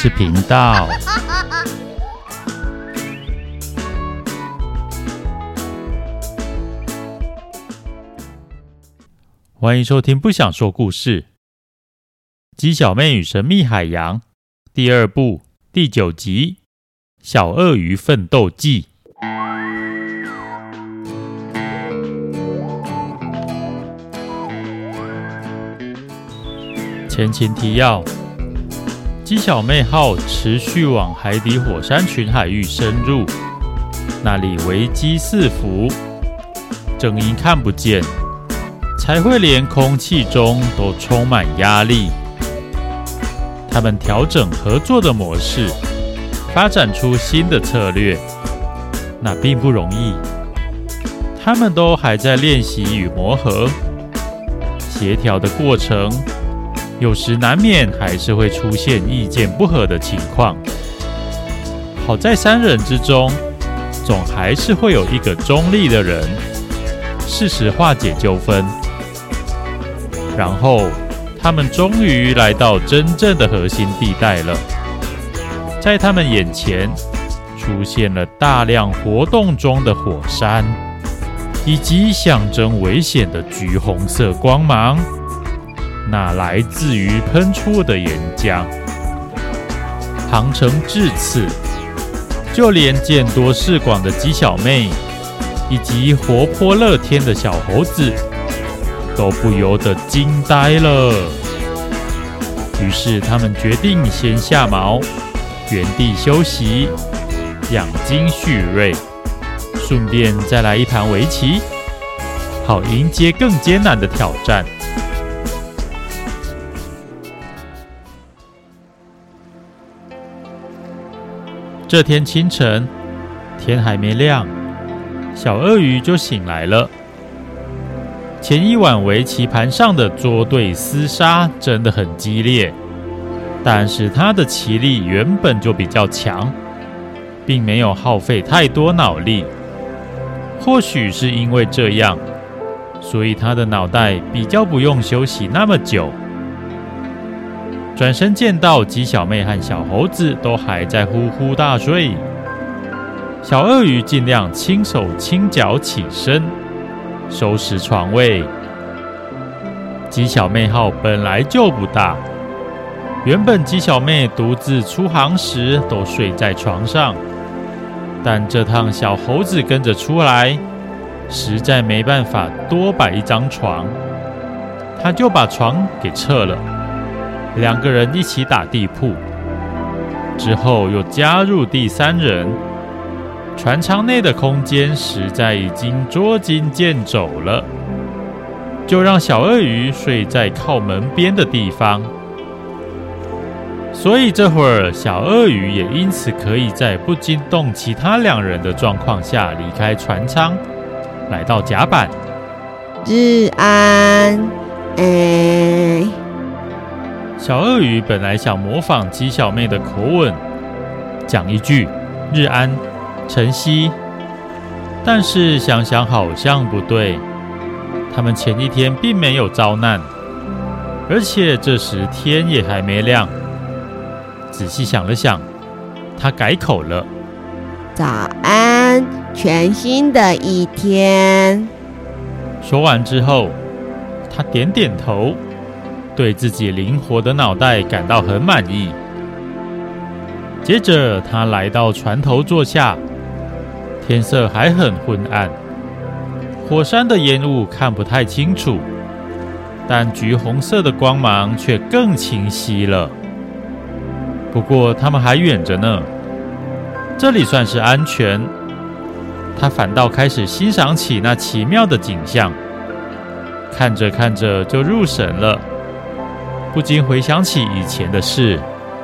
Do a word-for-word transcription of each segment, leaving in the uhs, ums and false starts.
事频道。欢迎收听不想说故事。鸡小妹与神秘海洋第二部第九集，小鳄鱼奋斗记。前情提要：鸡小妹号持续往海底火山群海域深入，那里危机四伏，正因看不见，才会连空气中都充满压力。他们调整合作的模式，发展出新的策略，那并不容易。他们都还在练习与磨合，协调的过程，有时难免还是会出现意见不合的情况。好在三人之中，总还是会有一个中立的人，适时化解纠纷。然后他们终于来到真正的核心地带了。在他们眼前出现了大量活动中的火山，以及象征危险的橘红色光芒，那来自于喷出的岩浆。航程至此，就连见多识广的鸡小妹以及活泼乐天的小猴子都不由得惊呆了。于是他们决定先下锚，原地休息，养精蓄锐，顺便再来一盘围棋，好迎接更艰难的挑战。这天清晨，天还没亮，小鳄鱼就醒来了。前一晚围棋盘上的捉对厮杀真的很激烈，但是他的棋力原本就比较强，并没有耗费太多脑力。或许是因为这样，所以他的脑袋比较不用休息那么久。转身见到鸡小妹和小猴子都还在呼呼大睡，小鳄鱼尽量轻手轻脚起身，收拾床位。鸡小妹号本来就不大，原本鸡小妹独自出航时都睡在床上，但这趟小猴子跟着出来，实在没办法多摆一张床，他就把床给撤了，两个人一起打地铺。之后又加入第三人，船舱内的空间实在已经捉襟见肘了，就让小鳄鱼睡在靠门边的地方。所以这会儿小鳄鱼也因此可以在不惊动其他两人的状况下离开船舱，来到甲板。 日安，哎， 小鳄鱼本来想模仿鸡小妹的口吻，讲一句日安晨曦，但是想想好像不对，他们前一天并没有遭难，而且这时天也还没亮。仔细想了想，他改口了： 早安，全新的一天。 说完之后，他点点头，对自己灵活的脑袋感到很满意。接着他来到船头坐下，天色还很昏暗，火山的烟雾看不太清楚，但橘红色的光芒却更清晰了。不过他们还远着呢，这里算是安全。他反倒开始欣赏起那奇妙的景象，看着看着就入神了，不禁回想起以前的事。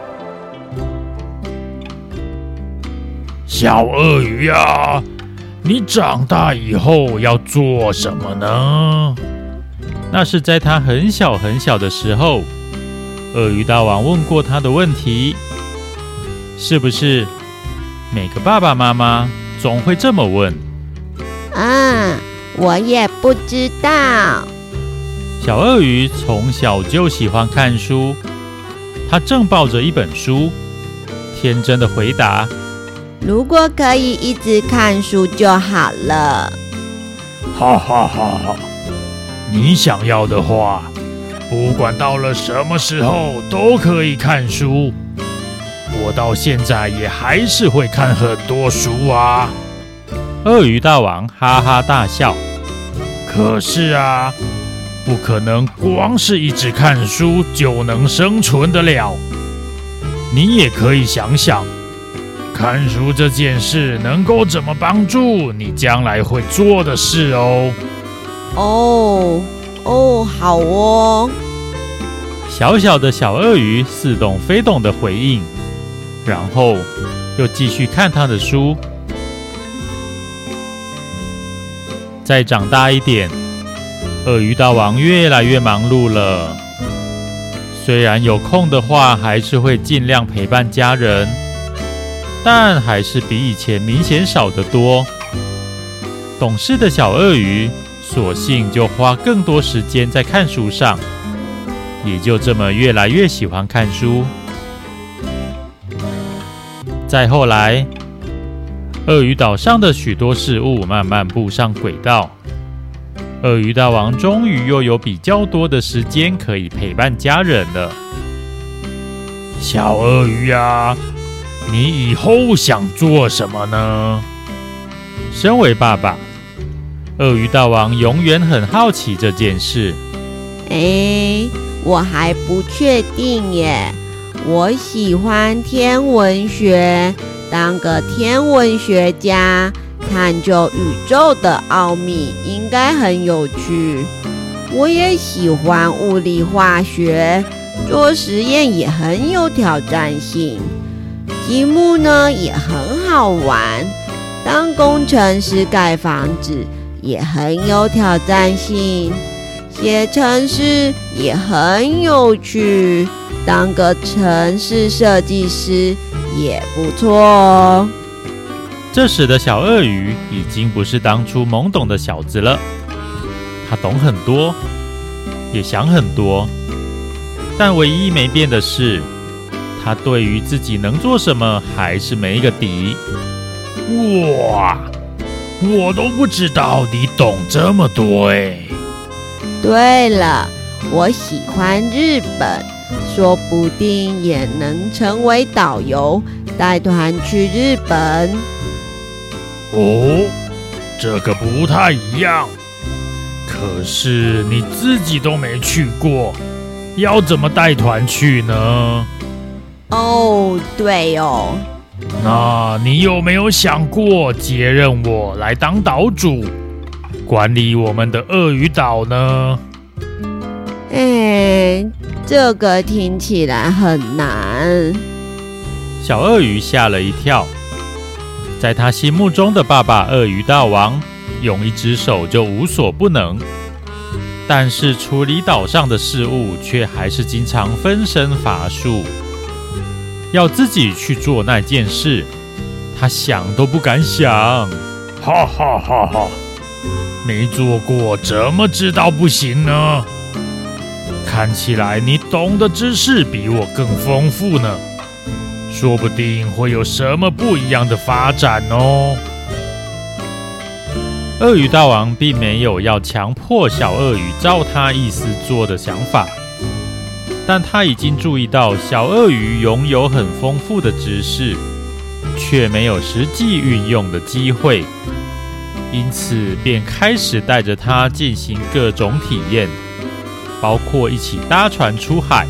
小鳄鱼啊，你长大以后要做什么呢？ 那是在他很小很小的时候，鳄鱼大王问过他的问题。是不是每个爸爸妈妈总会这么问？ 啊，我也不知道。 小鳄鱼从小就喜欢看书，他正抱着一本书， 天真的回答： 如果可以一直看书就好了。 哈哈哈哈！你想要的话，不管到了什么时候都可以看书。我到现在也还是会看很多书啊。 鳄鱼大王哈哈大笑。 可是啊，不可能光是一直看书就能生存得了。你也可以想想，看书这件事能够怎么帮助你将来会做的事哦。 哦哦，好哦。 小小的小鳄鱼似懂非懂的回应，然后又继续看他的书。再长大一点，鳄鱼大王越来越忙碌了。虽然有空的话，还是会尽量陪伴家人，但还是比以前明显少得多。懂事的小鳄鱼索性就花更多时间在看书上，也就这么越来越喜欢看书。再后来，鳄鱼岛上的许多事物慢慢步上轨道，鳄鱼大王终于又有比较多的时间可以陪伴家人了。 小鳄鱼啊，你以后想做什么呢？ 身为爸爸，鳄鱼大王永远很好奇这件事。 哎，我还不确定耶。我喜欢天文学，当个天文学家，探究宇宙的奥秘应该很有趣。我也喜欢物理化学，做实验也很有挑战性。积木呢也很好玩，当工程师盖房子也很有挑战性。写程式也很有趣，当个程式设计师也不错哦。 这时的小鳄鱼已经不是当初懵懂的小子了，他懂很多，也想很多，但唯一没变的是，他对于自己能做什么还是没一个底。 哇，我都不知道你懂这么多哎。 对了，我喜欢日本，说不定也能成为导游，带团去日本。 哦，这个不太一样。可是你自己都没去过，要怎么带团去呢？ 哦，对哦。 那你有没有想过接任我来当岛主，管理我们的鳄鱼岛呢？ 哎，这个听起来很难。 小鳄鱼吓了一跳，在他心目中的爸爸鳄鱼大王，用一只手就无所不能，但是处理岛上的事物却还是经常分身乏术。要自己去做那件事，他想都不敢想。 哈哈哈哈！没做过怎么知道不行呢？看起来你懂的知识比我更丰富呢，说不定会有什么不一样的发展哦。 鳄鱼大王并没有要强迫小鳄鱼照他意思做的想法，但他已经注意到小鳄鱼拥有很丰富的知识，却没有实际运用的机会，因此便开始带着他进行各种体验，包括一起搭船出海。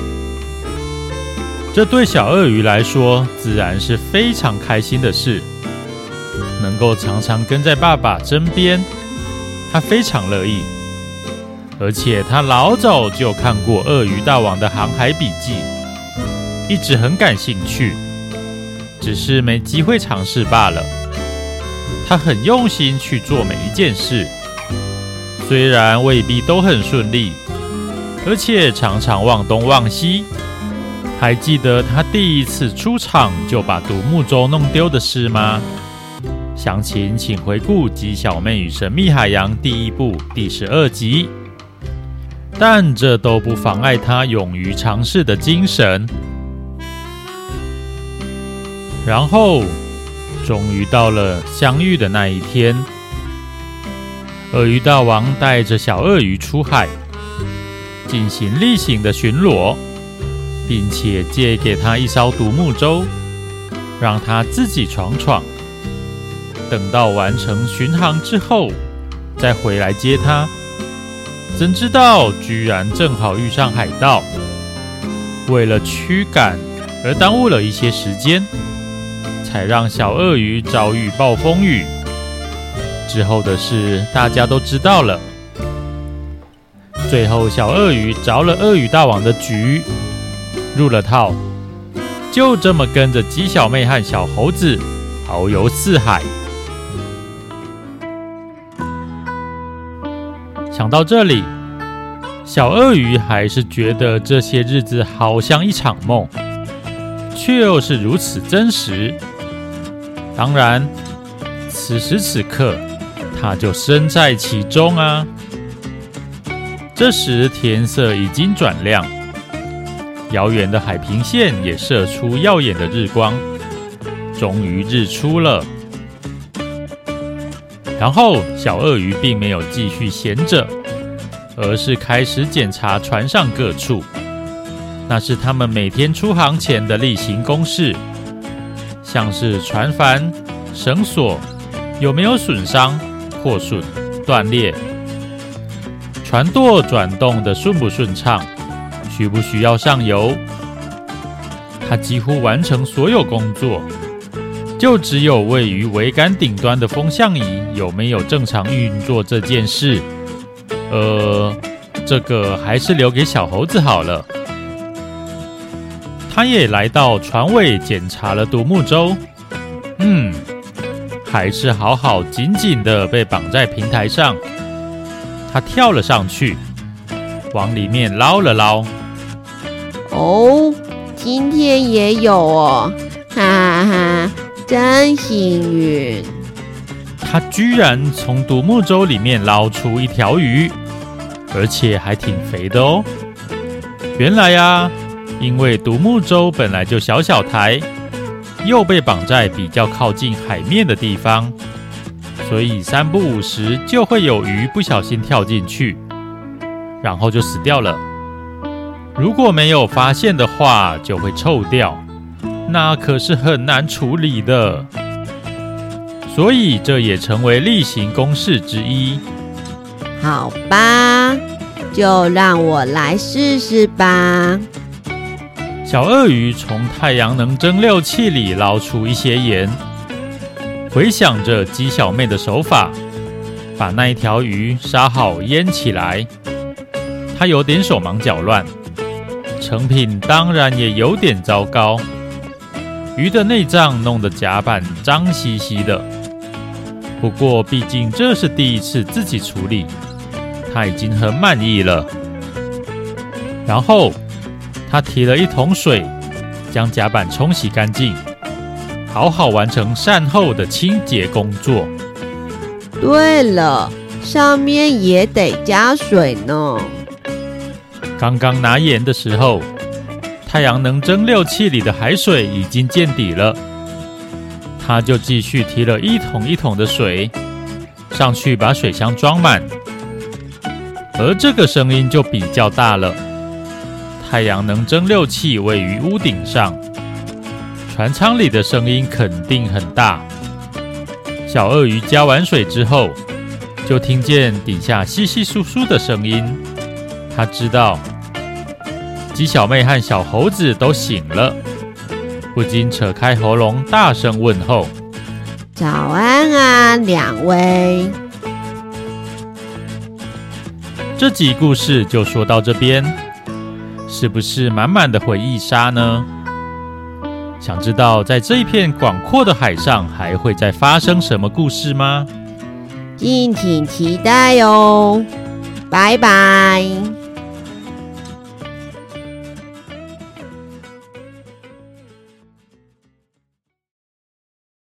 这对小鳄鱼来说自然是非常开心的事，能够常常跟在爸爸身边，他非常乐意。而且他老早就看过鳄鱼大王的航海笔记，一直很感兴趣，只是没机会尝试罢了。他很用心去做每一件事，虽然未必都很顺利，而且常常忘东忘西。还记得他第一次出场就把独木舟弄丢的事吗？详情请回顾《鸡小妹与神秘海洋》第一部第十二集。但这都不妨碍他勇于尝试的精神。 然后，终于到了相遇的那一天。鳄鱼大王带着小鳄鱼出海，进行例行的巡逻，并且借给他一艘独木舟，让他自己闯闯。等到完成巡航之后，再回来接他。怎知道居然正好遇上海盗，为了驱赶而耽误了一些时间，才让小鳄鱼遭遇暴风雨。之后的事大家都知道了。最后小鳄鱼着了鳄鱼大王的局，入了套，就这么跟着鸡小妹和小猴子遨游四海。想到这里，小鳄鱼还是觉得这些日子好像一场梦，却又是如此真实。当然，此时此刻，他就身在其中啊。这时天色已经转亮，遥远的海平线也射出耀眼的日光，终于日出了。然后小鳄鱼并没有继续闲着，而是开始检查船上各处，那是他们每天出航前的例行公事，像是船帆、绳索有没有损伤、破损、断裂，船舵转动的顺不顺畅，需不需要上油。他几乎完成所有工作，就只有位于桅杆顶端的风向仪有没有正常运作这件事，呃，这个还是留给小猴子好了。他也来到船尾检查了独木舟，嗯，还是好好紧紧的被绑在平台上。他跳了上去，往里面捞了捞。 哦，今天也有哦，哈哈哈，真幸运！ 他居然从独木舟里面捞出一条鱼，而且还挺肥的哦。原来啊，因为独木舟本来就小小台，又被绑在比较靠近海面的地方，所以三不五时就会有鱼不小心跳进去，然后就死掉了。如果没有发现的话，就会臭掉，那可是很难处理的。所以这也成为例行公事之一。 好吧，就让我来试试吧。 小鳄鱼从太阳能蒸馏器里捞出一些盐，回想着鸡小妹的手法，把那一条鱼杀好腌起来。他有点手忙脚乱，成品当然也有点糟糕。鱼的内脏弄得甲板脏兮兮的，不过毕竟这是第一次自己处理，他已经很满意了。然后他提了一桶水，将甲板冲洗干净，好好完成善后的清洁工作。 对了，上面也得加水呢。 刚刚拿盐的时候，太阳能蒸馏器里的海水已经见底了，他就继续提了一桶一桶的水上去，把水箱装满。而这个声音就比较大了。太阳能蒸馏器位于屋顶上，船舱里的声音肯定很大。小鳄鱼加完水之后，就听见底下窸窸窣窣的声音，他知道鸡小妹和小猴子都醒了，不禁扯开喉咙大声问候： 早安啊，两位。 这集故事就说到这边，是不是满满的回忆杀呢？想知道在这一片广阔的海上还会再发生什么故事吗？ 敬请期待哦，拜拜。